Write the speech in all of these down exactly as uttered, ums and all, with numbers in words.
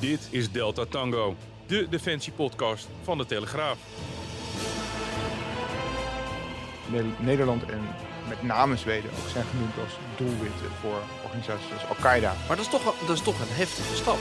Dit is Delta Tango, de defensiepodcast van de Telegraaf. Nederland en met name Zweden ook zijn genoemd als doelwitten voor organisaties als Al-Qaeda. Maar dat is, toch, dat is toch een heftige stap.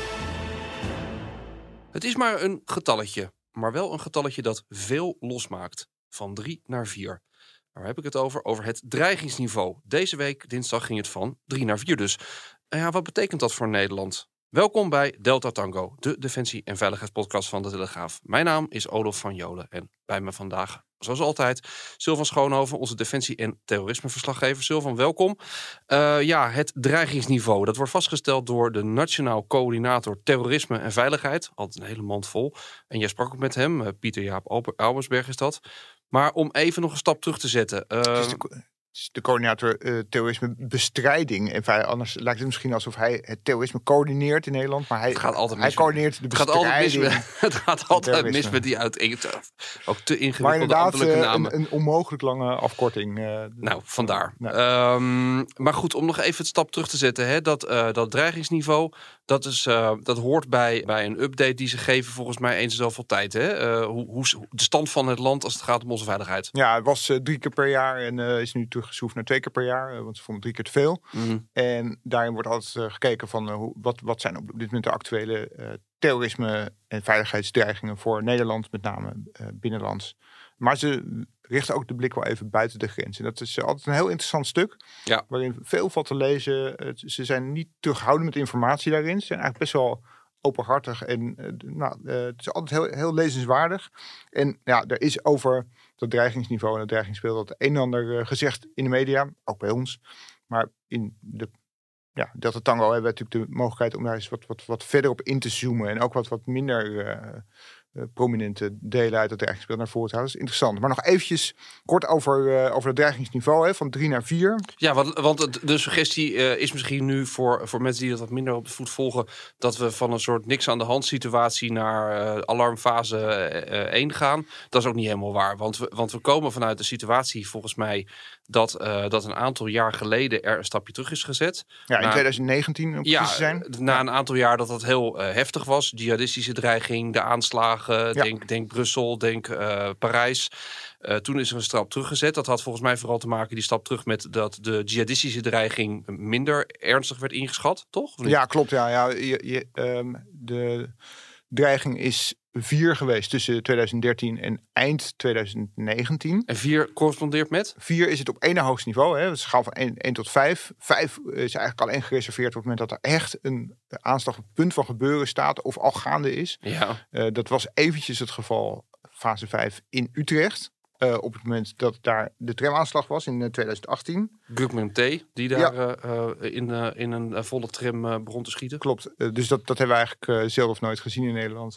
Het is maar een getalletje, maar wel een getalletje dat veel losmaakt. Van drie naar vier. Waar heb ik het over? Over het dreigingsniveau. Deze week, dinsdag, ging het van drie naar vier dus. En ja, wat betekent dat voor Nederland? Welkom bij Delta Tango, de defensie- en veiligheidspodcast van de Telegraaf. Mijn naam is Olof van Jolen en bij me vandaag, zoals altijd, Sylvan Schoonhoven, onze defensie- en terrorismeverslaggever. Sylvan, welkom. Uh, ja, het dreigingsniveau, dat wordt vastgesteld door de Nationaal Coördinator Terrorisme en Veiligheid. Altijd een hele mond vol. En jij sprak ook met hem, uh, Pieter Jaap Albersberg is dat. Maar om even nog een stap terug te zetten. Uh, het is de, is de coördinator uh, terrorismebestrijding. En vrij, anders lijkt het misschien alsof hij het terrorisme coördineert in Nederland. Maar hij, het gaat altijd hij mis coördineert de het gaat altijd mis met, Het gaat altijd mis met die uit ook te ingewikkelde ambtelijke namen. Een, een onmogelijk lange afkorting. Uh, nou, vandaar. Nou. Um, maar goed, om nog even het stap terug te zetten. Hè, dat, uh, dat dreigingsniveau, dat, is, uh, dat hoort bij, bij een update die ze geven volgens mij eens in zoveel tijd. Hè? Uh, hoe, hoe de stand van het land als het gaat om onze veiligheid. Ja, het was uh, drie keer per jaar en uh, is nu teruggeschroefd naar twee keer per jaar. Uh, want ze vonden drie keer te veel. Mm-hmm. En daarin wordt altijd uh, gekeken van uh, hoe, wat, wat zijn op dit moment de actuele uh, terrorisme- en veiligheidsdreigingen voor Nederland, met name uh, binnenlands. Maar ze richten ook de blik wel even buiten de grens. En dat is uh, altijd een heel interessant stuk. Ja. Waarin veel valt te lezen. Uh, ze zijn niet terughoudend met informatie daarin. Ze zijn eigenlijk best wel openhartig. En uh, nou, uh, het is altijd heel, heel lezenswaardig. En ja, er is over dat dreigingsniveau en het dreigingsbeeld dat een en ander uh, gezegd in de media. Ook bij ons. Maar in de ja, Delta Tango hebben we natuurlijk de mogelijkheid om daar eens wat, wat, wat verder op in te zoomen. En ook wat, wat minder uh, uh, prominente delen uit het dreigingsbeeld naar voren te halen. Dat is interessant. Maar nog eventjes kort over, uh, over het dreigingsniveau, hè, van drie naar vier. Ja, want, want het, de suggestie uh, is misschien nu voor, voor mensen die dat wat minder op de voet volgen, dat we van een soort niks aan de hand situatie naar uh, alarmfase uh, één gaan. Dat is ook niet helemaal waar. Want we, want we komen vanuit de situatie volgens mij dat, uh, dat een aantal jaar geleden er een stapje terug is gezet. Ja, in na, twintig negentien om precies ja, te zijn. Na een aantal jaar dat dat heel uh, heftig was. Jihadistische dreiging, de aanslagen, ja. denk, denk Brussel, denk uh, Parijs. Uh, toen is er een stap teruggezet. Dat had volgens mij vooral te maken, die stap terug, met dat de jihadistische dreiging minder ernstig werd ingeschat, toch? Ja, klopt. Ja, ja je, je, um, de dreiging is vier geweest tussen twintig dertien en eind twintig negentien. En vier correspondeert met? vier is het op één hoogste niveau. Hè? Het schaal van één tot vijf. vijf is eigenlijk alleen gereserveerd op het moment dat er echt een aanslag op het punt van gebeuren staat of al gaande is. Ja. Uh, dat was eventjes het geval fase vijf in Utrecht. Uh, op het moment dat daar de tramaanslag was in uh, twintig achttien. Gugman T, die daar ja. uh, in, uh, in een uh, volle tram uh, begon te schieten. Klopt. Uh, dus dat, dat hebben we eigenlijk uh, zelden of nooit gezien in Nederland.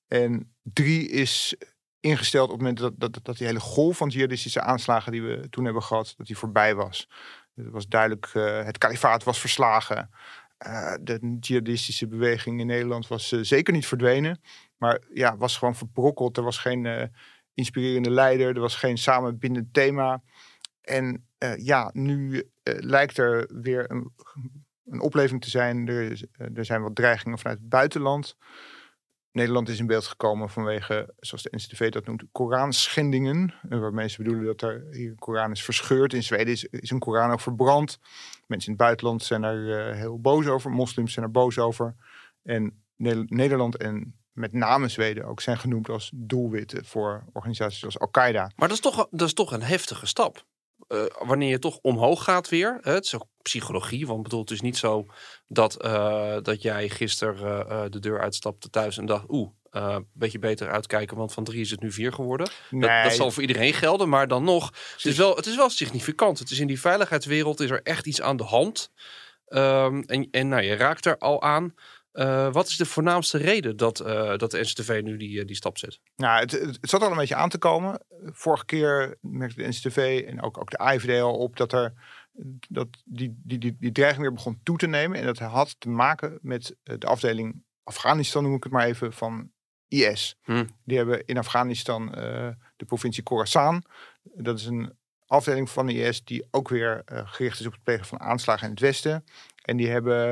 En drie is ingesteld op het moment dat, dat, dat die hele golf van jihadistische aanslagen die we toen hebben gehad, dat die voorbij was. Het was duidelijk, uh, het kalifaat was verslagen. Uh, de jihadistische beweging in Nederland was uh, zeker niet verdwenen. Maar ja, was gewoon verbrokkeld. Er was geen uh, inspirerende leider. Er was geen samenbindend thema. En uh, ja, nu uh, lijkt er weer een, een opleving te zijn. Er, is, uh, er zijn wat dreigingen vanuit het buitenland. Nederland is in beeld gekomen vanwege, zoals de N C T V dat noemt, Koranschendingen. Waarmee ze bedoelen dat er hier een Koran is verscheurd. In Zweden is, is een Koran ook verbrand. Mensen in het buitenland zijn er uh, heel boos over. Moslims zijn er boos over. En ne- Nederland en met name Zweden ook zijn genoemd als doelwitten voor organisaties als Al-Qaeda. Maar dat is toch, dat is toch een heftige stap. Uh, wanneer je toch omhoog gaat weer. Hè, het is ook psychologie. Want bedoel, het is niet zo dat, uh, dat jij gisteren uh, de deur uitstapte thuis en dacht, oeh, uh, een beetje beter uitkijken, want van drie is het nu vier geworden. Nee. Dat, dat zal voor iedereen gelden, maar dan nog. Het is wel, het is wel significant. Het is in die veiligheidswereld is er echt iets aan de hand. Um, en en nou, je raakt er al aan. Uh, wat is de voornaamste reden dat, uh, dat de N C T V nu die, die stap zet? Nou, het, het, het zat al een beetje aan te komen. Vorige keer merkte de N C T V en ook, ook de A I V D al op dat er dat die, die, die, die dreiging weer begon toe te nemen. En dat had te maken met de afdeling Afghanistan, noem ik het maar even, van I S. Hm. Die hebben in Afghanistan uh, de provincie Khorasan. Dat is een afdeling van I S die ook weer uh, gericht is op het plegen van aanslagen in het Westen. En die hebben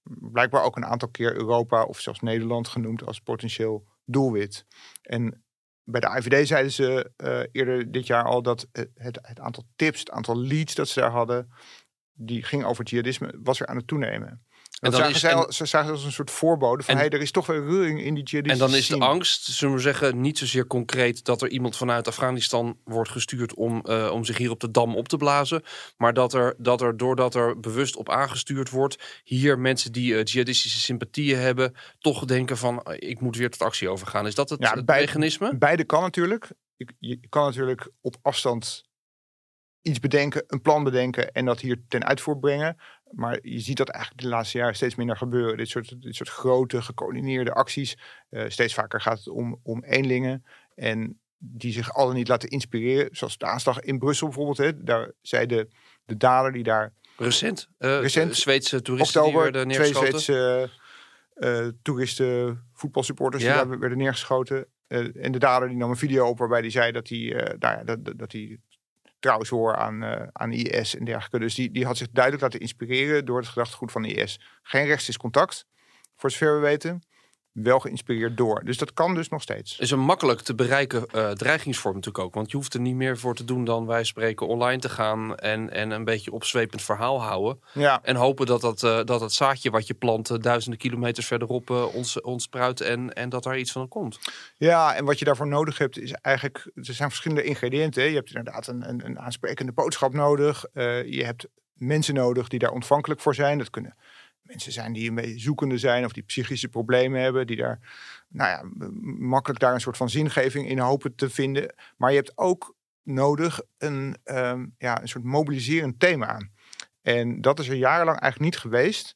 blijkbaar ook een aantal keer Europa of zelfs Nederland genoemd als potentieel doelwit. En bij de I V D zeiden ze uh, eerder dit jaar al dat het, het aantal tips, het aantal leads dat ze daar hadden, die ging over jihadisme, was er aan het toenemen. En dan zagen is, zij al, en, ze zagen als een soort voorbode van, hé, hey, er is toch weer reuring in die jihadistische. En dan is scene. de angst, zullen we zeggen, niet zozeer concreet dat er iemand vanuit Afghanistan wordt gestuurd om, uh, om zich hier op de Dam op te blazen. Maar dat er, dat er, doordat er bewust op aangestuurd wordt, hier mensen die uh, jihadistische sympathieën hebben, toch denken van, uh, ik moet weer tot actie overgaan. Is dat het, ja, het beide, mechanisme? Beide kan natuurlijk. Je, je kan natuurlijk op afstand iets bedenken, een plan bedenken en dat hier ten uitvoer brengen. Maar je ziet dat eigenlijk de laatste jaren steeds minder gebeuren. Dit soort, dit soort grote, gecoördineerde acties. Uh, steeds vaker gaat het om, om eenlingen. En die zich al dan niet laten inspireren. Zoals de aanslag in Brussel bijvoorbeeld. Hè. Daar zei de, de dader die daar... Recent? Uh, recent Zweedse toeristen oktober, die werden neergeschoten? Twee Zweedse uh, toeristen, voetbalsupporters ja. die daar werden neergeschoten. Uh, en de dader die nam een video op waarbij hij zei dat hij... Uh, nou ja, dat, dat hij trouwens hoor aan, uh, aan I S en dergelijke. Dus die, die had zich duidelijk laten inspireren door het gedachtegoed van I S. Geen rechtstreeks contact, voor zover we weten. Wel geïnspireerd door. Dus dat kan dus nog steeds. Het is een makkelijk te bereiken uh, dreigingsvorm natuurlijk ook. Want je hoeft er niet meer voor te doen dan wij spreken online te gaan en, en een beetje opzwepend verhaal houden. Ja. En hopen dat dat, uh, dat het zaadje wat je plant uh, duizenden kilometers verderop uh, ons, ons spruit en, en dat daar iets van komt. Ja, en wat je daarvoor nodig hebt is eigenlijk, er zijn verschillende ingrediënten. Je hebt inderdaad een, een, een aansprekende boodschap nodig. Uh, je hebt mensen nodig die daar ontvankelijk voor zijn. Dat kunnen mensen zijn die een beetje zoekende zijn of die psychische problemen hebben, die daar nou ja, makkelijk daar een soort van zingeving in hopen te vinden. Maar je hebt ook nodig een, um, ja, een soort mobiliserend thema. En dat is er jarenlang eigenlijk niet geweest.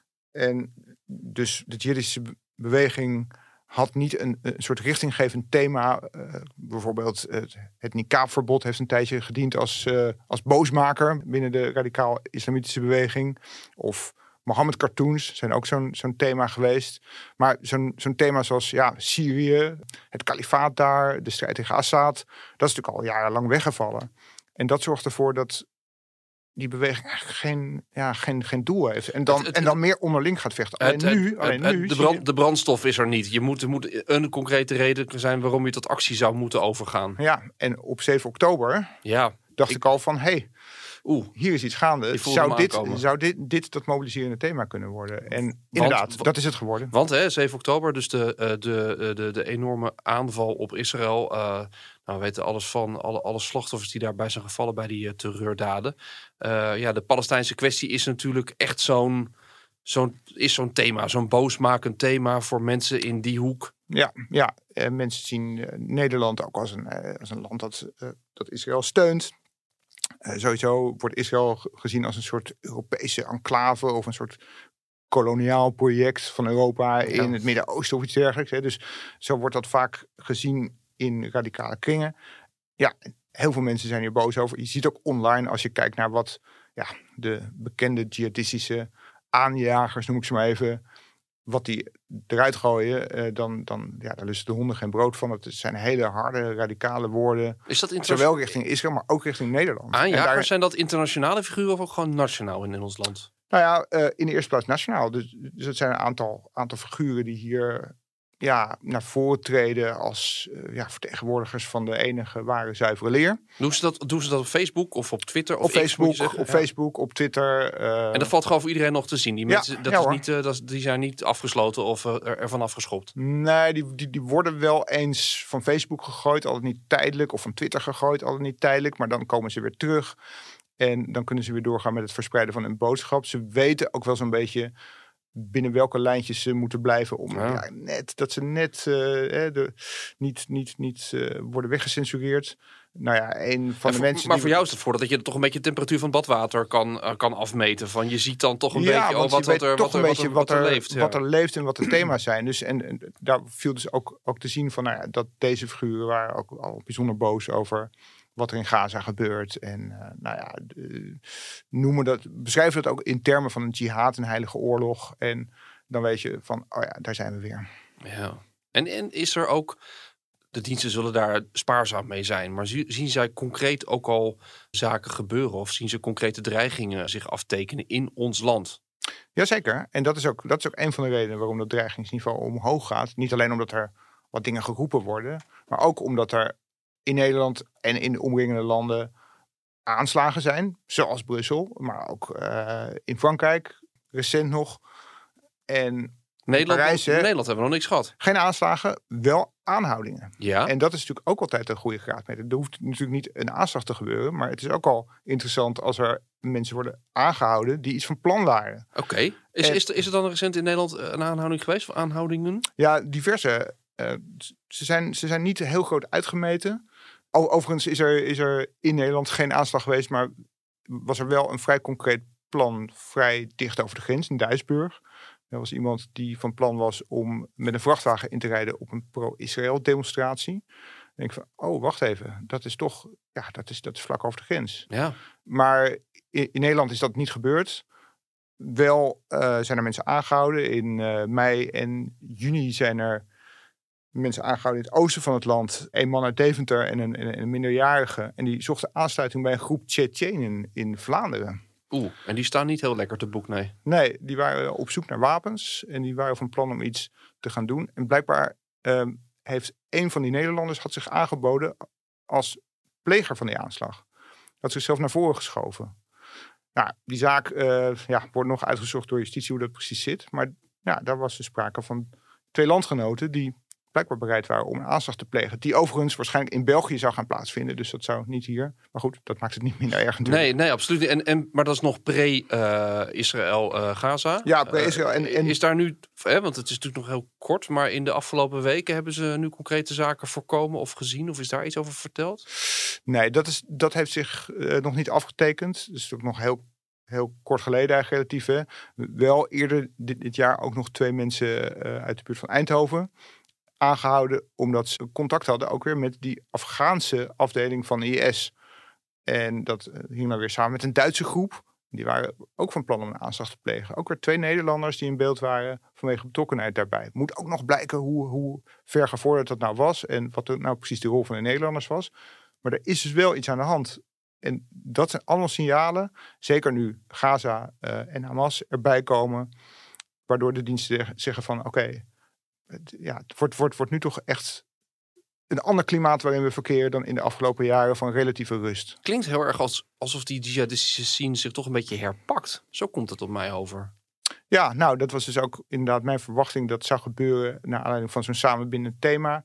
En dus de jihadistische beweging had niet een, een soort richtinggevend thema. Uh, bijvoorbeeld het, het niqabverbod heeft een tijdje gediend als, uh, als boosmaker binnen de radicaal-islamitische beweging. Of Mohammed cartoons zijn ook zo'n, zo'n thema geweest. Maar zo'n, zo'n thema zoals ja, Syrië, het kalifaat daar, de strijd tegen Assad, dat is natuurlijk al jarenlang weggevallen. En dat zorgt ervoor dat die beweging eigenlijk geen, ja, geen, geen doel heeft. En dan, het, het, en dan meer onderling gaat vechten. Alleen het, nu, het, alleen het, nu de, brand, de brandstof is er niet. Je moet, er moet een concrete reden zijn waarom je tot actie zou moeten overgaan. Ja, en op zeven oktober ja, dacht ik, ik al van, hé, hey, Oeh, hier is iets gaande. Zou, dit, zou dit, dit dat mobiliserende thema kunnen worden? En inderdaad, want, dat is het geworden. Want hè, zeven oktober, dus de, uh, de, de, de enorme aanval op Israël. Uh, nou, we weten alles van alle, alle slachtoffers die daarbij zijn gevallen bij die uh, terreurdaden. Uh, ja, de Palestijnse kwestie is natuurlijk echt zo'n, zo'n, is zo'n thema. Zo'n boosmakend thema voor mensen in die hoek. Ja, ja. Uh, mensen zien uh, Nederland ook als een, uh, als een land dat, uh, dat Israël steunt. Uh, sowieso wordt Israël gezien als een soort Europese enclave of een soort koloniaal project van Europa in ja. het Midden-Oosten of iets dergelijks. Hè. Dus zo wordt dat vaak gezien in radicale kringen. Ja, heel veel mensen zijn hier boos over. Je ziet ook online als je kijkt naar wat ja, de bekende jihadistische aanjagers, noem ik ze maar even, wat die eruit gooien, uh, dan, dan ja, daar lusten de honden geen brood van. Het zijn hele harde, radicale woorden. Is dat interna- zowel richting Israël, maar ook richting Nederland. Aanjagers, daar... zijn dat internationale figuren of ook gewoon nationaal in, in ons land? Nou ja, uh, in de eerste plaats nationaal. Dus, dus het zijn een aantal, aantal figuren die hier ja, naar voren treden als uh, ja, vertegenwoordigers van de enige ware zuivere leer. Doen ze dat, doen ze dat op Facebook of op Twitter? Of op Facebook, X, op ja. Facebook, op Twitter. Uh... En dat valt gewoon voor iedereen nog te zien. Die mensen, ja, dat ja, is hoor. niet, uh, dat is, die zijn niet afgesloten of uh, er, ervan afgeschopt. Nee, die, die, die worden wel eens van Facebook gegooid, altijd niet tijdelijk. Of van Twitter gegooid, altijd niet tijdelijk. Maar dan komen ze weer terug. En dan kunnen ze weer doorgaan met het verspreiden van hun boodschap. Ze weten ook wel zo'n beetje binnen welke lijntjes ze moeten blijven om ja. Ja, net dat ze net uh, de, niet, niet, niet uh, worden weggecensureerd. Nou ja, een van ja, de voor, mensen. Maar die... voor jou is het voor dat je toch een beetje de temperatuur van het badwater kan, uh, kan afmeten. Van je ziet dan toch een ja, beetje oh, wat, wat, er, wat, er, wat, er, wat er leeft. Wat ja. er leeft en wat de thema's zijn. Dus en, en daar viel dus ook, ook te zien van nou ja, dat deze figuren waren ook al bijzonder boos over wat er in Gaza gebeurt. En uh, nou ja, de, noemen dat, beschrijven dat ook in termen van een jihad, een heilige oorlog. En dan weet je van, oh ja, daar zijn we weer. Ja. En, en is er ook, de diensten zullen daar spaarzaam mee zijn, maar zien zij concreet ook al zaken gebeuren? Of zien ze concrete dreigingen zich aftekenen in ons land? Jazeker. En dat is, ook, dat is ook een van de redenen waarom dat dreigingsniveau omhoog gaat. Niet alleen omdat er wat dingen geroepen worden, maar ook omdat er in Nederland en in de omringende landen aanslagen zijn, zoals Brussel, maar ook uh, in Frankrijk, recent nog. En Nederland, Parijs, in Nederland hebben we nog niks gehad. Geen aanslagen, wel aanhoudingen. Ja. En dat is natuurlijk ook altijd een goede graadmeter. Er hoeft natuurlijk niet een aanslag te gebeuren, maar het is ook al interessant als er mensen worden aangehouden die iets van plan waren. Oké. Okay. Is, en, is, is er dan recent in Nederland een aanhouding geweest of aanhoudingen? Ja, diverse. Uh, ze, zijn, ze zijn niet heel groot uitgemeten. O, overigens is er, is er in Nederland geen aanslag geweest, maar was er wel een vrij concreet plan vrij dicht over de grens in Duisburg. Er was iemand die van plan was om met een vrachtwagen in te rijden op een pro-Israël demonstratie. En ik van, oh, wacht even, dat is toch, ja, dat is, dat is vlak over de grens. Ja. Maar in, in Nederland is dat niet gebeurd. Wel uh, zijn er mensen aangehouden. In uh, mei en juni zijn er mensen aangehouden in het oosten van het land. Een man uit Deventer en een, en een minderjarige. En die zochten aansluiting bij een groep Tsjetsjenen in Vlaanderen. Oeh, en die staan niet heel lekker te boek, nee. Nee, die waren op zoek naar wapens. En die waren van plan om iets te gaan doen. En blijkbaar um, heeft een van die Nederlanders had zich aangeboden als pleger van die aanslag. Had zichzelf naar voren geschoven. Nou, die zaak uh, ja, wordt nog uitgezocht door justitie hoe dat precies zit. Maar ja, daar was dus sprake van twee landgenoten die blijkbaar bereid waren om een aanslag te plegen. Die overigens waarschijnlijk in België zou gaan plaatsvinden. Dus dat zou niet hier. Maar goed, dat maakt het niet minder erg natuurlijk. Nee, nee, absoluut niet. En, en, maar dat is nog pre-Israël-Gaza. Uh, ja, pre-Israël. En, en... Is daar nu, hè, want het is natuurlijk nog heel kort, maar in de afgelopen weken hebben ze nu concrete zaken voorkomen of gezien? Of is daar iets over verteld? Nee, dat, is, dat heeft zich uh, nog niet afgetekend. Dus ook nog heel Heel kort geleden eigenlijk relatief. Hè. Wel eerder dit, dit jaar ook nog twee mensen uh, uit de buurt van Eindhoven aangehouden. Omdat ze contact hadden ook weer met die Afghaanse afdeling van I S. En dat uh, hing dan weer samen met een Duitse groep. Die waren ook van plan om een aanslag te plegen. Ook weer twee Nederlanders die in beeld waren vanwege betrokkenheid daarbij. Moet ook nog blijken hoe, hoe ver gevorderd dat nou was. En wat nou precies de rol van de Nederlanders was. Maar er is dus wel iets aan de hand. En dat zijn allemaal signalen, zeker nu Gaza uh, en Hamas erbij komen, waardoor de diensten zeggen van oké, okay, het, ja, het wordt, wordt, wordt nu toch echt een ander klimaat waarin we verkeren dan in de afgelopen jaren van relatieve rust. Klinkt heel erg als, alsof die jihadistische scene zich toch een beetje herpakt. Zo komt het op mij over. Ja, nou dat was dus ook inderdaad mijn verwachting dat zou gebeuren naar aanleiding van zo'n samenbindend thema.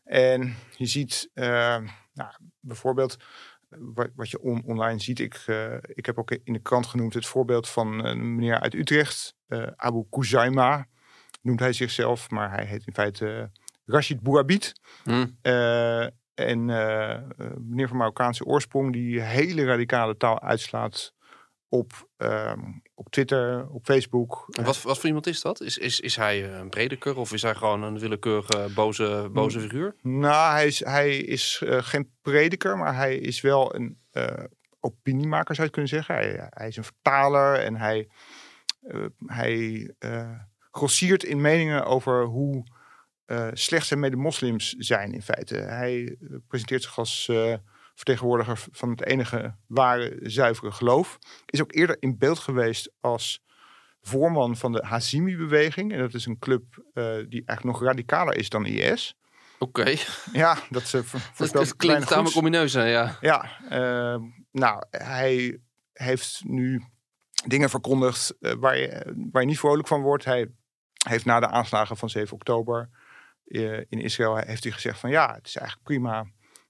En je ziet uh, nou, bijvoorbeeld Wat, wat je on, online ziet, ik, uh, ik heb ook in de krant genoemd het voorbeeld van een meneer uit Utrecht, uh, Abu Kuzaima, noemt hij zichzelf, maar hij heet in feite uh, Rashid Bouhabid. Hmm. Uh, en uh, meneer van Marokkaanse oorsprong die hele radicale taal uitslaat op, uh, op Twitter, op Facebook. En wat, wat voor iemand is dat? Is, is, is hij een prediker of is hij gewoon een willekeurige boze, boze figuur? Nou, hij is, hij is uh, geen prediker, maar hij is wel een uh, opiniemaker, zou je kunnen zeggen. Hij, hij is een vertaler en hij, uh, hij uh, grossiert in meningen over hoe uh, slecht zijn mede-moslims zijn in feite. Hij uh, presenteert zich als Uh, vertegenwoordiger van het enige ware zuivere geloof. Is ook eerder in beeld geweest als voorman van de Hazimi-beweging. En dat is een club uh, die eigenlijk nog radicaler is dan I S. Oké. Okay. Ja, dat ze dat, dat klinkt tamelijk omineus, hè? Ja. Ja, uh, nou, hij heeft nu dingen verkondigd uh, waar, je, waar je niet vrolijk van wordt. Hij heeft na de aanslagen van zeven oktober uh, in Israël heeft hij gezegd van ja, het is eigenlijk prima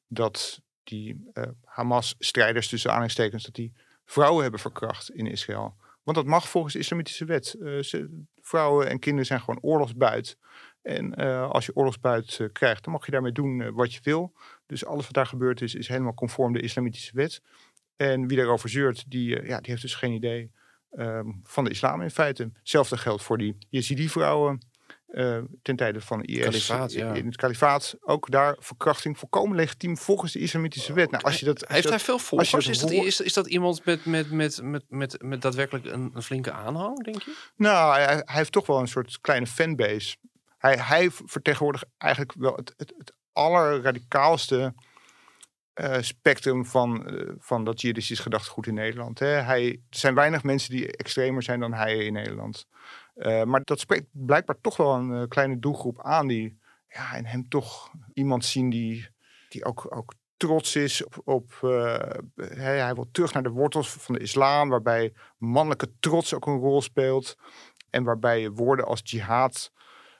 dat die uh, Hamas-strijders tussen aanhalingstekens, dat die vrouwen hebben verkracht in Israël. Want dat mag volgens de islamitische wet. Uh, ze, vrouwen en kinderen zijn gewoon oorlogsbuit. En uh, als je oorlogsbuit uh, krijgt, dan mag je daarmee doen uh, wat je wil. Dus alles wat daar gebeurd is, is helemaal conform de islamitische wet. En wie daarover zeurt, die, uh, ja, die heeft dus geen idee um, van de islam in feite. Hetzelfde geldt voor die Yazidi-vrouwen. Uh, ten tijde van I S kalifaat, ja. in het kalifaat. Ook daar verkrachting volkomen legitiem volgens de islamitische wet. Nou, als je dat, als heeft dat, hij veel volgers? Dat is, dat, is, is dat iemand met, met, met, met, met, met daadwerkelijk een, een flinke aanhang, denk je? Nou, hij, hij heeft toch wel een soort kleine fanbase. Hij, hij vertegenwoordigt eigenlijk wel het, het, het allerradicaalste uh, spectrum van, uh, van dat jihadistisch gedachtegoed in Nederland. Hè. Hij, er zijn weinig mensen die extremer zijn dan hij in Nederland. Uh, maar dat spreekt blijkbaar toch wel een uh, kleine doelgroep aan die ja, in hem toch iemand zien die, die ook, ook trots is op... op uh, hij, hij wil terug naar de wortels van de islam, waarbij mannelijke trots ook een rol speelt. En waarbij je woorden als jihad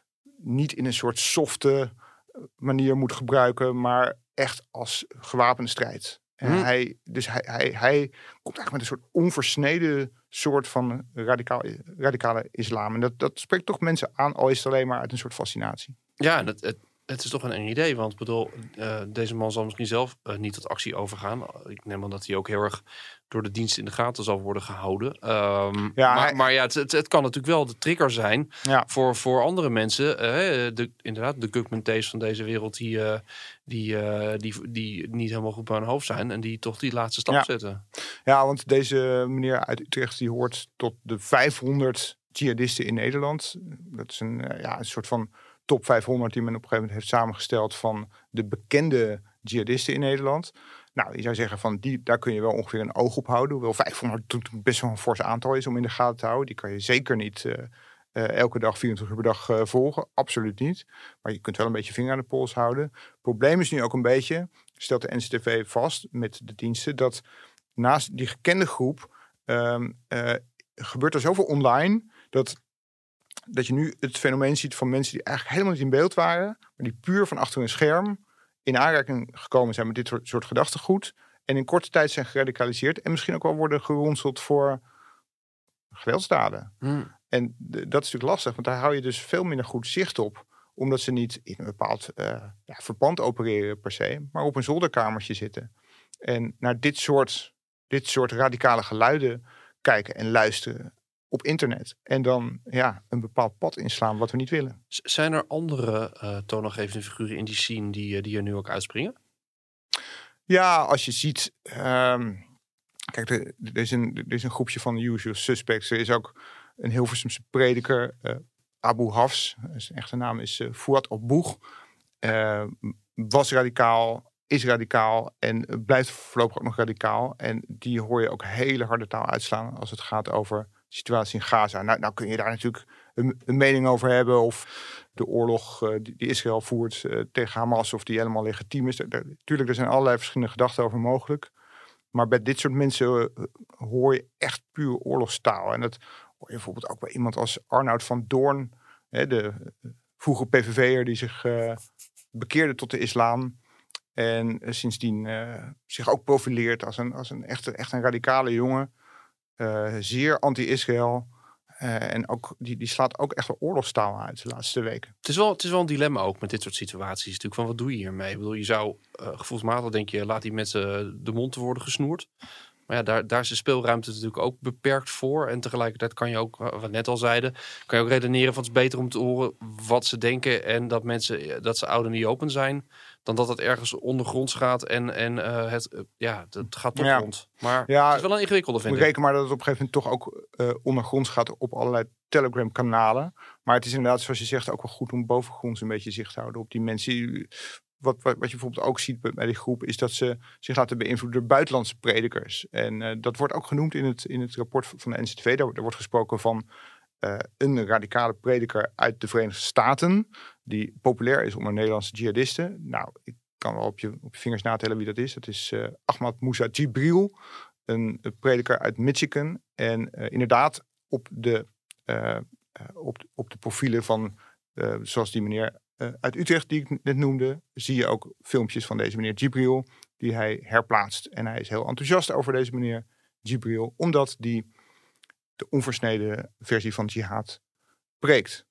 niet in een soort softe manier moet gebruiken, maar echt als gewapende strijd. En hmm. hij, dus hij, hij, hij komt eigenlijk met een soort onversneden soort van radicaal, radicale islam. En dat, dat spreekt toch mensen aan, al is het alleen maar uit een soort fascinatie. Ja, dat, het, het is toch een eng idee. Want ik bedoel, uh, deze man zal misschien zelf uh, niet tot actie overgaan. Ik neem aan dat hij ook heel erg door de dienst in de gaten zal worden gehouden. Um, ja, maar, hij, maar ja, het, het, het kan natuurlijk wel de trigger zijn ja. voor, voor andere mensen. Uh, de, inderdaad, de Gugman-T's van deze wereld die, uh, die, uh, die, die niet helemaal goed bij hun hoofd zijn. En die toch die laatste stap ja. zetten. Ja, want deze meneer uit Utrecht die hoort tot de vijfhonderd jihadisten in Nederland. Dat is een, uh, ja, een soort van top vijfhonderd die men op een gegeven moment heeft samengesteld van de bekende jihadisten in Nederland. Nou, je zou zeggen van die, daar kun je wel ongeveer een oog op houden. Hoewel vijfhonderd best wel een fors aantal is om in de gaten te houden. Die kan je zeker niet uh, uh, elke dag, vierentwintig uur per dag uh, volgen. Absoluut niet. Maar je kunt wel een beetje vinger aan de pols houden. Het probleem is nu ook een beetje, stelt de N C T V vast met de diensten, dat naast die gekende groep um, uh, gebeurt er zoveel online dat dat je nu het fenomeen ziet van mensen die eigenlijk helemaal niet in beeld waren, maar die puur van achter een scherm in aanraking gekomen zijn met dit soort, soort gedachtegoed en in korte tijd zijn geradicaliseerd en misschien ook wel worden geronseld voor geweldsdaden. Hmm. En d- dat is natuurlijk lastig, want daar hou je dus veel minder goed zicht op, omdat ze niet in een bepaald uh, ja, verband opereren per se, maar op een zolderkamertje zitten. En naar dit soort, dit soort radicale geluiden kijken en luisteren op internet. En dan ja, een bepaald pad inslaan wat we niet willen. Zijn er andere uh, toonaangevende figuren in die scene die, uh, die er nu ook uitspringen? Ja, als je ziet... Um, kijk, er, er, is een, er is een groepje van de usual suspects. Er is ook een Hilversumse prediker, uh, Abu Hafs. Zijn echte naam is uh, Fouad Al-Boeg. Uh, was radicaal, is radicaal en blijft voorlopig ook nog radicaal. En die hoor je ook hele harde taal uitslaan als het gaat over situatie in Gaza. Nou, nou kun je daar natuurlijk een, een mening over hebben of de oorlog uh, die, die Israël voert uh, tegen Hamas of die helemaal legitiem is. Natuurlijk, er zijn allerlei verschillende gedachten over mogelijk. Maar bij dit soort mensen uh, hoor je echt puur oorlogstaal. En dat hoor je bijvoorbeeld ook bij iemand als Arnoud van Doorn, hè, de uh, vroege P V V'er die zich uh, bekeerde tot de islam. En uh, sindsdien uh, zich ook profileert als een, als een echt, echt een radicale jongen. Uh, zeer anti-Israël. Uh, en ook, die, die slaat ook echt wel oorlogstaal uit de laatste weken. Het is, wel, het is wel een dilemma ook met dit soort situaties. Natuurlijk van wat doe je hiermee? Ik bedoel, je zou uh, gevoelsmatig denk je, laat die mensen de mond te worden gesnoerd. Maar ja, daar, daar is de speelruimte natuurlijk ook beperkt voor. En tegelijkertijd kan je ook, wat we net al zeiden, kan je ook redeneren van het is beter om te horen wat ze denken. En dat mensen, dat ze oud en niet open zijn. Dan dat het ergens ondergronds gaat en, en uh, het, uh, ja, het gaat toch ja. rond. Maar ja, het is wel een ingewikkelde, vind ik. Reken maar dat het op een gegeven moment toch ook uh, ondergronds gaat op allerlei Telegram-kanalen. Maar het is inderdaad, zoals je zegt, ook wel goed om bovengronds een beetje zicht te houden op die mensen. Wat, wat, wat je bijvoorbeeld ook ziet bij die groep is dat ze zich laten beïnvloeden door buitenlandse predikers. En uh, dat wordt ook genoemd in het, in het rapport van de N C T V. Daar, daar wordt gesproken van uh, een radicale prediker uit de Verenigde Staten die populair is onder Nederlandse jihadisten. Nou, ik kan wel op je, op je vingers natellen wie dat is. Dat is uh, Ahmad Musa Jibril, een, een prediker uit Michigan. En uh, inderdaad op de, uh, uh, op, de, op de profielen van, uh, zoals die meneer uh, uit Utrecht die ik net noemde, zie je ook filmpjes van deze meneer Jibril die hij herplaatst. En hij is heel enthousiast over deze meneer Jibril, omdat die de onversneden versie van jihad preekt.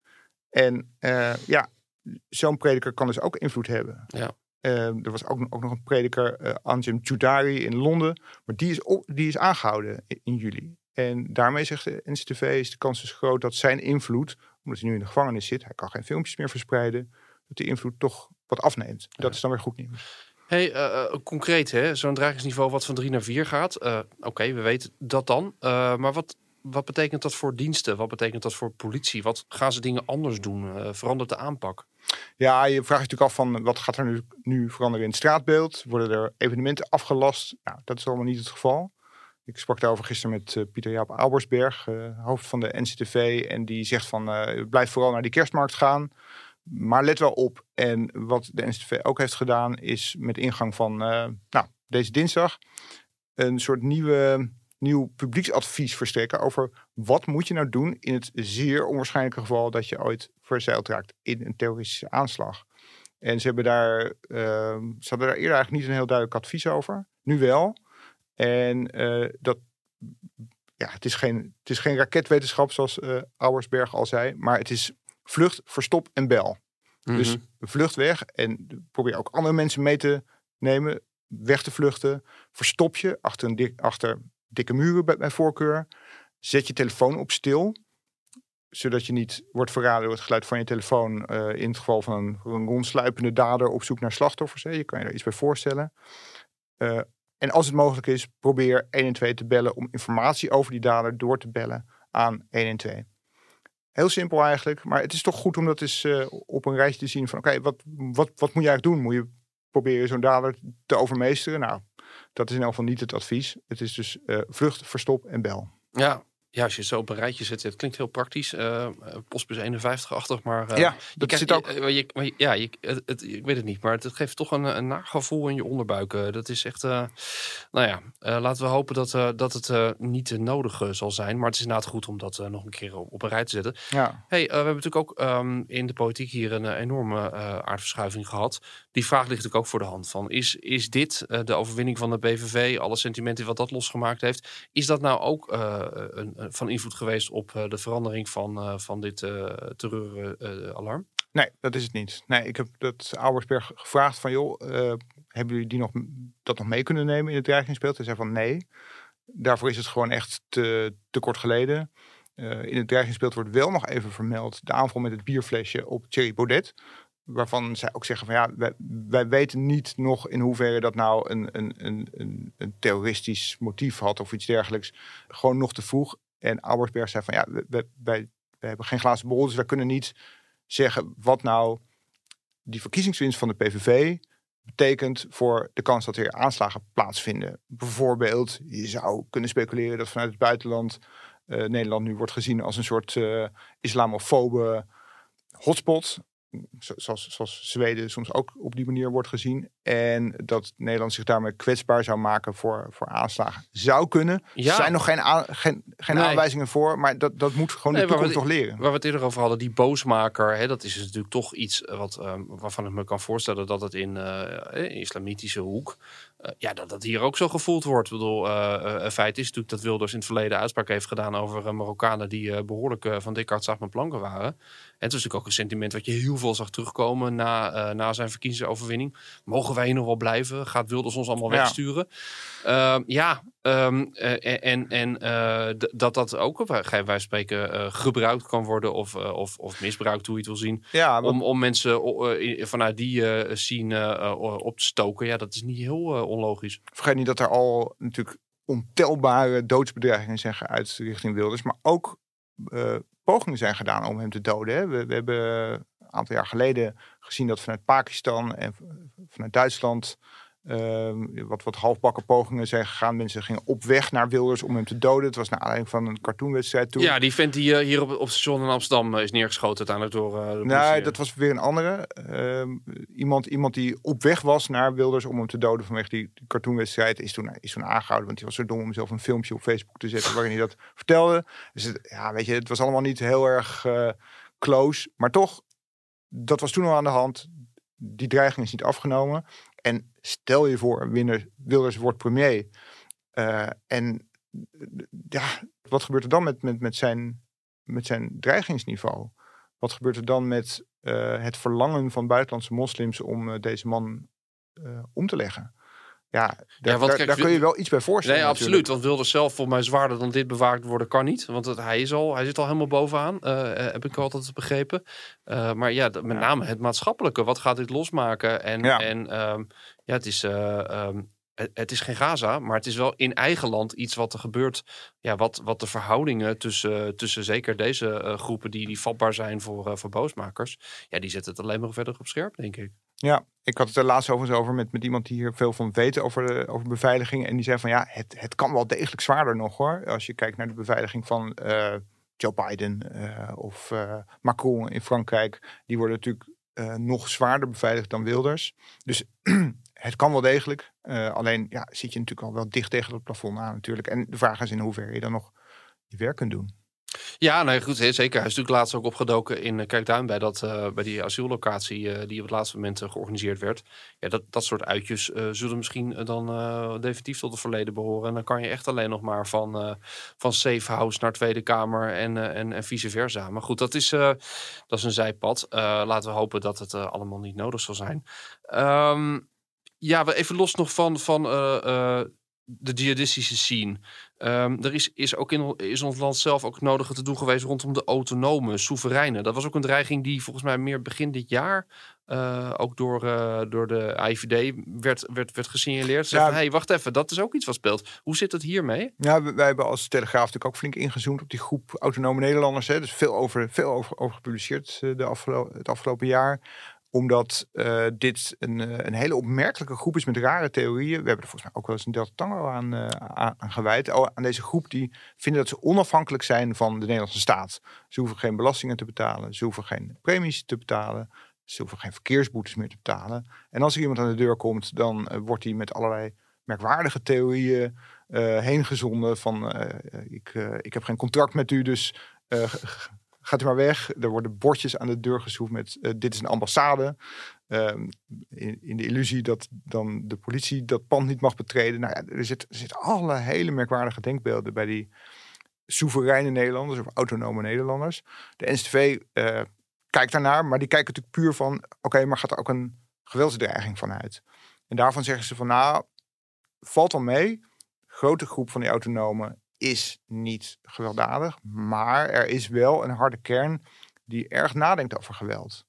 En uh, ja, zo'n prediker kan dus ook invloed hebben. Ja. Uh, er was ook, ook nog een prediker, uh, Anjem Choudary in Londen. Maar die is, op, die is aangehouden in, in juli. En daarmee zegt de N C T V is de kans dus groot dat zijn invloed, omdat hij nu in de gevangenis zit, hij kan geen filmpjes meer verspreiden, dat die invloed toch wat afneemt. Dat ja. is dan weer goed nieuws. Hey, uh, concreet, hè? Zo'n dreigingsniveau wat van drie naar vier gaat. Uh, Oké, okay, we weten dat dan. Uh, maar wat, wat betekent dat voor diensten? Wat betekent dat voor politie? Wat gaan ze dingen anders doen? Uh, verandert de aanpak? Ja, je vraagt je natuurlijk af van wat gaat er nu, nu veranderen in het straatbeeld? Worden er evenementen afgelast? Nou, dat is allemaal niet het geval. Ik sprak daarover gisteren met uh, Pieter Jaap Albersberg, uh, hoofd van de N C T V. En die zegt van uh, blijf vooral naar die kerstmarkt gaan. Maar let wel op. En wat de N C T V ook heeft gedaan is met ingang van uh, nou, deze dinsdag een soort nieuwe, nieuw publieksadvies verstrekken over wat moet je nou doen in het zeer onwaarschijnlijke geval dat je ooit verzeild raakt in een terroristische aanslag. En ze hebben daar, uh, ze hadden daar eerder eigenlijk niet een heel duidelijk advies over. Nu wel. En uh, dat, ja, het is geen, het is geen raketwetenschap zoals uh, Auersberg al zei, maar het is vlucht, verstop en bel. Mm-hmm. Dus vlucht weg en probeer ook andere mensen mee te nemen, weg te vluchten. Verstop je achter, een dik, achter dikke muren bij, bij voorkeur. Zet je telefoon op stil, zodat je niet wordt verraden door het geluid van je telefoon uh, in het geval van een, een rondsluipende dader op zoek naar slachtoffers. Hè. Je kan je er iets bij voorstellen. Uh, En als het mogelijk is, probeer een en twee te bellen om informatie over die dader door te bellen aan een en twee. Heel simpel eigenlijk, maar het is toch goed om dat eens uh, op een rijtje te zien van oké, okay, wat, wat, wat moet je eigenlijk doen? Moet je proberen zo'n dader te overmeesteren? Nou, dat is in elk geval niet het advies. Het is dus uh, vlucht, verstop en bel. Ja. Ja, als je het zo op een rijtje zet, het klinkt heel praktisch. Uh, Postbus eenenvijftig-achtig, maar... Uh, ja, dat je zit ook... Je, je, je, ja, je, het, het, ik weet het niet, maar het, het geeft toch een, een nagevoel in je onderbuik. Uh, dat is echt... Uh, nou ja, uh, laten we hopen dat, uh, dat het uh, niet uh, nodig uh, zal zijn. Maar het is inderdaad goed om dat uh, nog een keer op, op een rij te zetten. Ja. Hey, uh, we hebben natuurlijk ook um, in de politiek hier een uh, enorme uh, aardverschuiving gehad. Die vraag ligt natuurlijk ook voor de hand van... Is, is dit uh, de overwinning van de P V V, alle sentimenten wat dat losgemaakt heeft... Is dat nou ook uh, een, een, van invloed geweest op uh, de verandering van, uh, van dit uh, terreuralarm? Uh, nee, dat is het niet. Nee, ik heb dat Auersberg gevraagd van joh, uh, hebben jullie die nog, dat nog mee kunnen nemen in het dreigingsbeeld? Hij zei van nee, daarvoor is het gewoon echt te, te kort geleden. Uh, in het dreigingsbeeld wordt wel nog even vermeld de aanval met het bierflesje op Thierry Baudet. Waarvan zij ook zeggen van ja, wij, wij weten niet nog in hoeverre dat nou een, een, een, een, een terroristisch motief had of iets dergelijks. Gewoon nog te vroeg. En Auersberg zei van ja, wij, wij, wij hebben geen glazen bol, dus wij kunnen niet zeggen wat nou die verkiezingswinst van de P V V betekent voor de kans dat er aanslagen plaatsvinden. Bijvoorbeeld, je zou kunnen speculeren dat vanuit het buitenland uh, Nederland nu wordt gezien als een soort uh, islamofobe hotspot. Zoals, zoals Zweden soms ook op die manier wordt gezien. En dat Nederland zich daarmee kwetsbaar zou maken voor, voor aanslagen. Zou kunnen. Ja. Er zijn nog geen, aan, geen, geen nee. aanwijzingen voor. Maar dat, dat moet gewoon nee, de toekomst toch leren. Waar we het eerder over hadden. Die boosmaker. Hè, dat is natuurlijk toch iets wat, um, waarvan ik me kan voorstellen dat het in uh, islamitische hoek. Uh, ja, dat dat hier ook zo gevoeld wordt. Ik bedoel, uh, uh, feit is natuurlijk dat Wilders in het verleden uitspraak heeft gedaan over uh, Marokkanen die uh, behoorlijk uh, van Descartes zag met planken waren. En het is natuurlijk ook een sentiment wat je heel veel zag terugkomen na, uh, na zijn verkiezingsoverwinning. Mogen wij hier nog wel blijven? Gaat Wilders ons allemaal ja. wegsturen? Uh, ja, um, uh, en, en uh, d- dat dat ook op wij spreken uh, gebruikt kan worden of, uh, of, of misbruikt, hoe je het wil zien. Ja, maar... om, om mensen uh, vanuit die uh, scene uh, op te stoken. Ja, dat is niet heel uh, onlogisch. Vergeet niet dat er al natuurlijk ontelbare doodsbedreigingen zijn geuit richting Wilders. Maar ook uh, pogingen zijn gedaan om hem te doden. Hè. We, we hebben een aantal jaar geleden gezien dat vanuit Pakistan en vanuit Duitsland uh, wat, wat halfbakken pogingen zijn gegaan. Mensen gingen op weg naar Wilders om hem te doden. Het was naar aanleiding van een cartoonwedstrijd toen. Ja, die vent die uh, hier op, op het station in Amsterdam uh, is neergeschoten uiteindelijk door uh, de politie. Nee, dat was weer een andere. Uh, iemand, iemand die op weg was naar Wilders om hem te doden vanwege die, die cartoonwedstrijd is toen, is toen aangehouden. Want die was zo dom om zelf een filmpje op Facebook te zetten waarin hij dat vertelde. Dus het, ja, weet je, het was allemaal niet heel erg uh, close. Maar toch, dat was toen al aan de hand. Die dreiging is niet afgenomen. En stel je voor, Wilders wordt premier. Uh, en ja, wat gebeurt er dan met, met, met, zijn, met zijn dreigingsniveau? Wat gebeurt er dan met uh, het verlangen van buitenlandse moslims om uh, deze man uh, om te leggen? Ja, daar, ja, want, daar, kijk, daar kun je wel iets bij voorstellen. Nee, natuurlijk. Absoluut. Want Wilders zelf volgens mij zwaarder dan dit bewaakt worden kan niet. Want het, hij, is al, hij zit al helemaal bovenaan. Uh, heb ik altijd begrepen. Uh, maar ja, met ja. name het maatschappelijke. Wat gaat dit losmaken? En ja, en, um, ja het is... Uh, um, het, het is geen Gaza, maar het is wel in eigen land iets wat er gebeurt. Ja, wat, wat de verhoudingen tussen, tussen zeker deze uh, groepen die, die vatbaar zijn voor, uh, voor boosmakers. Ja, die zetten het alleen maar verder op scherp, denk ik. Ja, ik had het er laatst overigens over met, met iemand die hier veel van weet over, de, over beveiliging. En die zei van ja, het, het kan wel degelijk zwaarder nog hoor. Als je kijkt naar de beveiliging van uh, Joe Biden uh, of uh, Macron in Frankrijk. Die worden natuurlijk uh, nog zwaarder beveiligd dan Wilders. Dus het kan wel degelijk. Uh, alleen ja, zit je natuurlijk al wel dicht tegen het plafond aan natuurlijk. En de vraag is in hoeverre je dan nog je werk kunt doen. Ja, nee, goed, zeker. Hij is natuurlijk laatst ook opgedoken in Kijkduin bij, dat, uh, bij die asiellocatie uh, die op het laatste moment uh, georganiseerd werd. Ja, dat, dat soort uitjes uh, zullen misschien uh, dan uh, definitief tot het verleden behoren. En dan kan je echt alleen nog maar van, uh, van safe house naar Tweede Kamer en, uh, en, en vice versa. Maar goed, dat is, uh, dat is een zijpad. Uh, laten we hopen dat het uh, allemaal niet nodig zal zijn. Um, ja, we even los nog van... van uh, uh, de jihadistische scene. Um, er is, is ook in is ons land zelf ook nodig te doen geweest rondom de autonome, soevereine. Dat was ook een dreiging die volgens mij meer begin dit jaar uh, ook door, uh, door de A I V D werd, werd, werd gesignaleerd. Hé, ja, hey, wacht even, dat is ook iets wat speelt. Hoe zit het hiermee? Ja, wij, wij hebben als Telegraaf natuurlijk ook flink ingezoomd op die groep autonome Nederlanders. Hè. Dus veel over, veel over, over gepubliceerd uh, de afgelo- het afgelopen jaar. Omdat uh, dit een, uh, een hele opmerkelijke groep is met rare theorieën. We hebben er volgens mij ook wel eens een Delta Tango aan, uh, aan, aan gewijd. Aan deze groep die vinden dat ze onafhankelijk zijn van de Nederlandse staat. Ze hoeven geen belastingen te betalen. Ze hoeven geen premies te betalen. Ze hoeven geen verkeersboetes meer te betalen. En als er iemand aan de deur komt, dan uh, wordt hij met allerlei merkwaardige theorieën uh, heen gezonden. Van uh, ik, uh, ik heb geen contract met u, dus... Uh, Gaat u maar weg. Er worden bordjes aan de deur geschroefd met uh, dit is een ambassade. Uh, in, in de illusie dat dan de politie dat pand niet mag betreden. Nou ja, er zitten zit alle hele merkwaardige denkbeelden bij die soevereine Nederlanders of autonome Nederlanders. De N S T V uh, kijkt daarnaar, maar die kijken natuurlijk puur van oké, okay, maar gaat er ook een geweldsdreiging van uit? En daarvan zeggen ze van nou, valt wel mee. Grote groep van die autonomen is niet gewelddadig, maar er is wel een harde kern die erg nadenkt over geweld.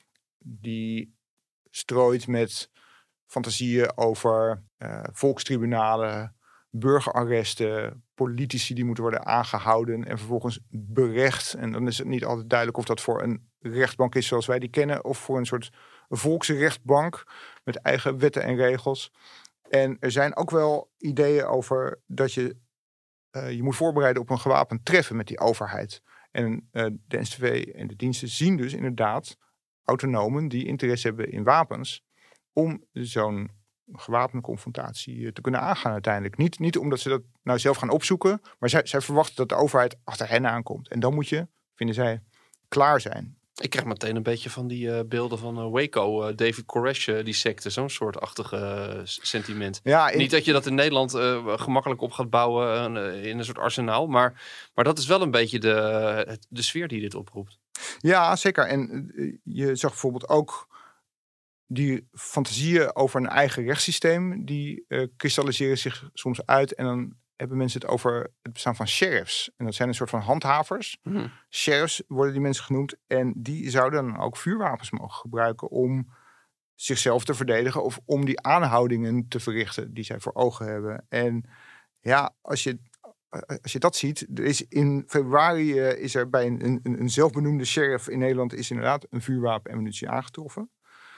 Die strooit met fantasieën over uh, volkstribunalen, burgerarresten, politici die moeten worden aangehouden en vervolgens berecht. En dan is het niet altijd duidelijk of dat voor een rechtbank is zoals wij die kennen, of voor een soort volksrechtbank met eigen wetten en regels. En er zijn ook wel ideeën over dat je Uh, je moet voorbereiden op een gewapend treffen met die overheid. En uh, de N S T V en de diensten zien dus inderdaad autonomen die interesse hebben in wapens om zo'n gewapende confrontatie uh, te kunnen aangaan uiteindelijk. Niet, niet omdat ze dat nou zelf gaan opzoeken, maar zij, zij verwachten dat de overheid achter hen aankomt. En dan moet je, vinden zij, klaar zijn. Ik krijg meteen een beetje van die uh, beelden van uh, Waco, uh, David Koresh, uh, die secte, zo'n soort achtige uh, sentiment. Ja, in... Niet dat je dat in Nederland uh, gemakkelijk op gaat bouwen uh, in een soort arsenaal, maar, maar dat is wel een beetje de, de sfeer die dit oproept. Ja, zeker. En uh, je zag bijvoorbeeld ook die fantasieën over een eigen rechtssysteem, die uh, kristalliseren zich soms uit en dan hebben mensen het over het bestaan van sheriffs. En dat zijn een soort van handhavers. Hmm. Sheriffs worden die mensen genoemd. En die zouden dan ook vuurwapens mogen gebruiken om zichzelf te verdedigen of om die aanhoudingen te verrichten die zij voor ogen hebben. En ja, als je, als je dat ziet, er is in februari uh, is er bij een, een, een zelfbenoemde sheriff in Nederland is inderdaad een vuurwapen en munitie aangetroffen.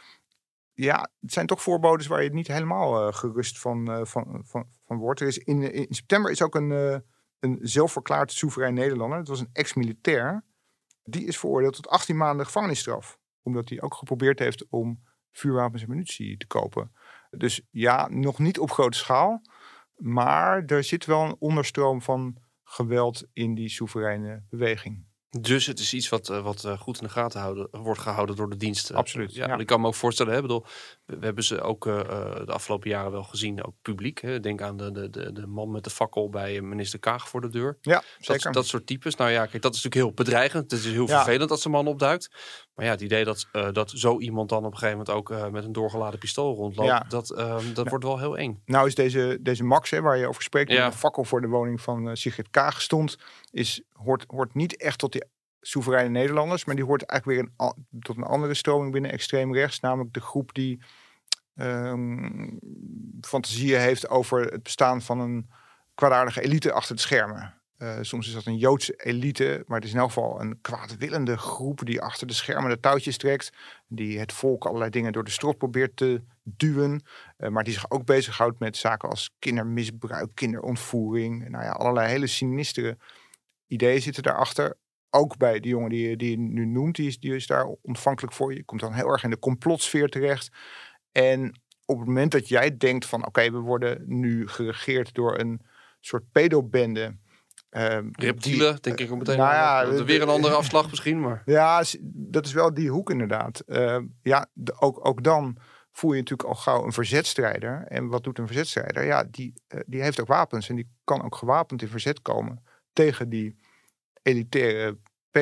Ja, het zijn toch voorbodes waar je niet helemaal uh, gerust van, uh, van, van, van wordt. Er is in, in september is ook een, uh, een zelfverklaard soeverein Nederlander. Dat was een ex-militair. Die is veroordeeld tot achttien maanden gevangenisstraf. Omdat hij ook geprobeerd heeft om vuurwapens en munitie te kopen. Dus ja, nog niet op grote schaal. Maar er zit wel een onderstroom van geweld in die soevereine beweging. Dus het is iets wat, wat goed in de gaten houden, wordt gehouden door de diensten. Absoluut. Ja, ja. Ik kan me ook voorstellen, hè, bedoel, we, we hebben ze ook uh, de afgelopen jaren wel gezien, ook publiek. Hè. Denk aan de, de, de, de man met de fakkel bij minister Kaag voor de deur. Ja, zeker. Dat, dat soort types. Nou ja, kijk, dat is natuurlijk heel bedreigend. Het is heel ja. vervelend als zo'n man opduikt. Maar ja, het idee dat, uh, dat zo iemand dan op een gegeven moment ook uh, met een doorgeladen pistool rondloopt, ja. dat, uh, dat nou, wordt wel heel eng. Nou is deze, deze Max, hè, waar je over spreekt, ja. die de fakkel voor de woning van uh, Sigrid Kaag stond, is, hoort, hoort niet echt tot die soevereine Nederlanders, maar die hoort eigenlijk weer een, tot een andere stroming binnen extreem rechts, namelijk de groep die um, fantasieën heeft over het bestaan van een kwaadaardige elite achter de schermen. Uh, soms is dat een Joodse elite, maar het is in elk geval een kwaadwillende groep die achter de schermen de touwtjes trekt. Die het volk allerlei dingen door de strot probeert te duwen. Uh, maar die zich ook bezighoudt met zaken als kindermisbruik, kinderontvoering. Nou ja, allerlei hele sinistere ideeën zitten daarachter. Ook bij die jongen die, die je nu noemt, die is, die is daar ontvankelijk voor. Je komt dan heel erg in de complotsfeer terecht. En op het moment dat jij denkt van oké, okay, we worden nu geregeerd door een soort pedobende. Uh, Reptielen, die, denk ik ook meteen. Nou ja, weer een andere afslag misschien, maar... Ja, dat is wel die hoek inderdaad. Uh, ja, de, ook, ook dan voel je natuurlijk al gauw een verzetstrijder. En wat doet een verzetstrijder? Ja, die, uh, die heeft ook wapens en die kan ook gewapend in verzet komen tegen die elitaire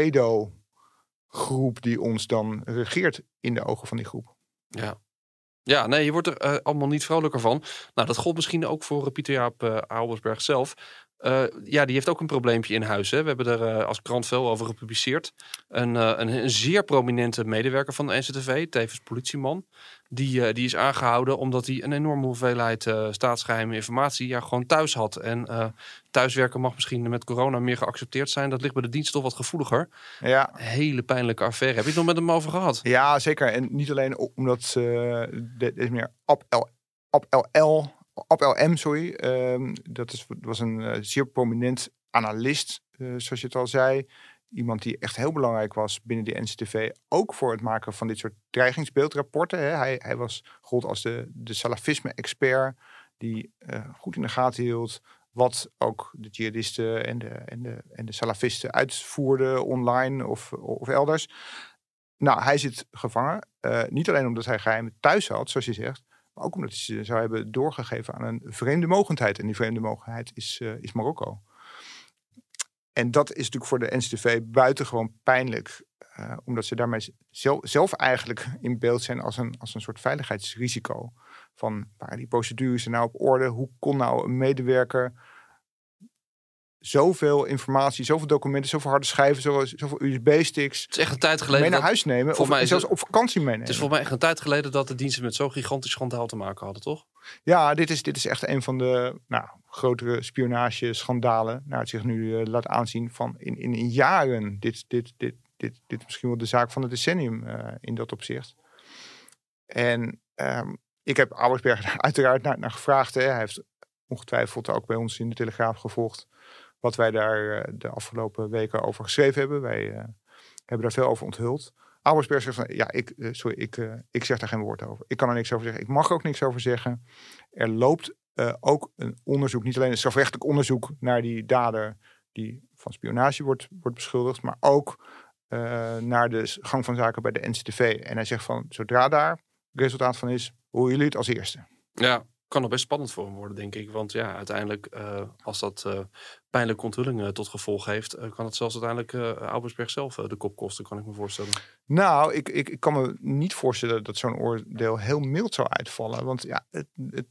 pedo-groep die ons dan regeert in de ogen van die groep. Ja. Ja, nee, je wordt er uh, allemaal niet vrolijker van. Nou, dat gold misschien ook voor uh, Pieter-Jaap uh, Albersberg zelf. Uh, ja, die heeft ook een probleempje in huis. Hè. We hebben er uh, als krant veel over gepubliceerd. Een, uh, een, een zeer prominente medewerker van de N C T V, tevens politieman. Die, uh, die is aangehouden omdat hij een enorme hoeveelheid uh, staatsgeheime informatie ja, gewoon thuis had. En uh, thuiswerken mag misschien met corona meer geaccepteerd zijn. Dat ligt bij de dienst toch wat gevoeliger. Ja. Hele pijnlijke affaire. Heb je het nog met hem over gehad? Ja, zeker. En niet alleen omdat uh, dit is meer Ab L L. Ab L M, sorry. Um, dat is, was een uh, zeer prominent analist, uh, zoals je het al zei. Iemand die echt heel belangrijk was binnen de N C T V. Ook voor het maken van dit soort dreigingsbeeldrapporten. Hè. Hij, hij was gold als de, de salafisme-expert. Die uh, goed in de gaten hield wat ook de jihadisten en de, en de, en de salafisten uitvoerden online of, of elders. Nou, hij zit gevangen. Uh, niet alleen omdat hij geheim thuis had, zoals je zegt. Maar ook omdat hij ze zou hebben doorgegeven aan een vreemde mogendheid. En die vreemde mogendheid is, uh, is Marokko. En dat is natuurlijk voor de N C T V buitengewoon pijnlijk. Uh, omdat ze daarmee zelf, zelf eigenlijk in beeld zijn als een, als een soort veiligheidsrisico. Van waren die procedures er nou op orde? Hoe kon nou een medewerker zoveel informatie, zoveel documenten, zoveel harde schijven, zoveel, zoveel U S B-sticks. Het is echt een tijd geleden mee naar huis nemen of mij zelfs het, op vakantie meenemen. Het is voor mij echt een tijd geleden dat de diensten met zo'n gigantisch schandaal te maken hadden, toch? Ja, dit is, dit is echt een van de nou, grotere spionageschandalen. Nou, het zich nu uh, laat aanzien van in, in, in jaren. Dit, dit, dit, dit, dit is misschien wel de zaak van het decennium uh, in dat opzicht. En um, ik heb Albersberg daar uiteraard naar, naar gevraagd. Hè. Hij heeft ongetwijfeld ook bij ons in de Telegraaf gevolgd wat wij daar uh, de afgelopen weken over geschreven hebben. Wij uh, hebben daar veel over onthuld. Albersberg zegt van, ja, ik, uh, sorry, ik, uh, ik zeg daar geen woord over. Ik kan er niks over zeggen. Ik mag er ook niks over zeggen. Er loopt uh, ook een onderzoek, niet alleen een strafrechtelijk onderzoek naar die dader die van spionage wordt, wordt beschuldigd, maar ook uh, naar de gang van zaken bij de N C T V. En hij zegt van, zodra daar resultaat van is, horen jullie het als eerste. Ja. Kan nog best spannend voor hem worden, denk ik. Want ja, uiteindelijk, uh, als dat uh, pijnlijke onthullingen tot gevolg heeft, uh, kan het zelfs uiteindelijk uh, Albersberg zelf uh, de kop kosten, kan ik me voorstellen. Nou, ik, ik, ik kan me niet voorstellen dat zo'n oordeel heel mild zou uitvallen. Want ja, het, het,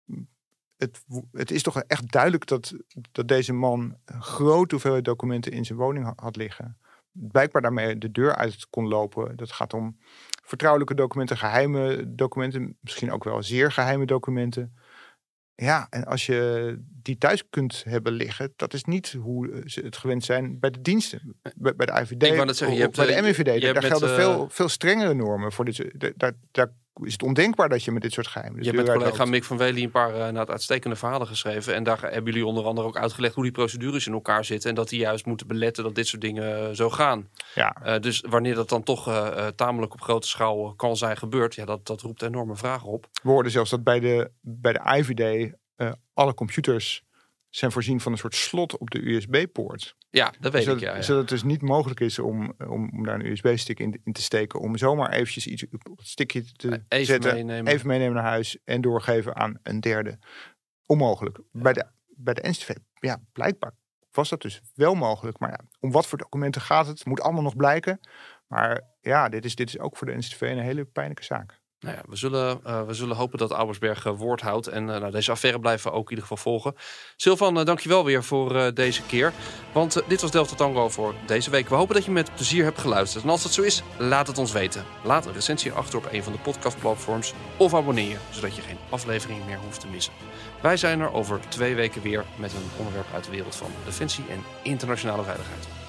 het, het is toch echt duidelijk dat, dat deze man een grote hoeveelheid documenten in zijn woning had liggen. Blijkbaar daarmee de deur uit kon lopen. Dat gaat om vertrouwelijke documenten, geheime documenten, misschien ook wel zeer geheime documenten. Ja, en als je die thuis kunt hebben liggen, dat is niet hoe ze het gewend zijn bij de diensten. Bij, bij de I V D, ik wou net zeggen, je hebt, bij de M I V D. Je daar met, gelden uh, veel, veel strengere normen voor dit. Daar, daar is het ondenkbaar dat je met dit soort geheimen. Je hebt met collega Mick van Wely een paar uh, nou, uitstekende verhalen geschreven. En daar hebben jullie onder andere ook uitgelegd hoe die procedures in elkaar zitten. En dat die juist moeten beletten dat dit soort dingen uh, zo gaan. Ja. Uh, dus wanneer dat dan toch uh, uh, tamelijk op grote schaal uh, kan zijn gebeurd. Ja, dat, dat roept enorme vragen op. We hoorden zelfs dat bij de, bij de I V D uh, alle computers zijn voorzien van een soort slot op de U S B-poort. Ja, dat weet zodat, ik, ja, ja. Zodat het dus niet mogelijk is om, om, om daar een U S B-stick in, in te steken. Om zomaar eventjes iets op het stickje te even zetten. Meenemen. Even meenemen naar huis en doorgeven aan een derde. Onmogelijk. Ja. Bij de, bij de N C T V, ja, blijkbaar was dat dus wel mogelijk. Maar ja, om wat voor documenten gaat het? Moet allemaal nog blijken. Maar ja, dit is, dit is ook voor de N C T V een hele pijnlijke zaak. Nou ja, we zullen, uh, we zullen hopen dat Albersberg uh, woord houdt. En uh, nou, deze affaire blijven we ook in ieder geval volgen. Silvan, uh, dankjewel weer voor uh, deze keer. Want uh, dit was Delta Tango voor deze week. We hopen dat je met plezier hebt geluisterd. En als dat zo is, laat het ons weten. Laat een recensie achter op een van de podcastplatforms. Of abonneer je, zodat je geen aflevering meer hoeft te missen. Wij zijn er over twee weken weer met een onderwerp uit de wereld van defensie en internationale veiligheid.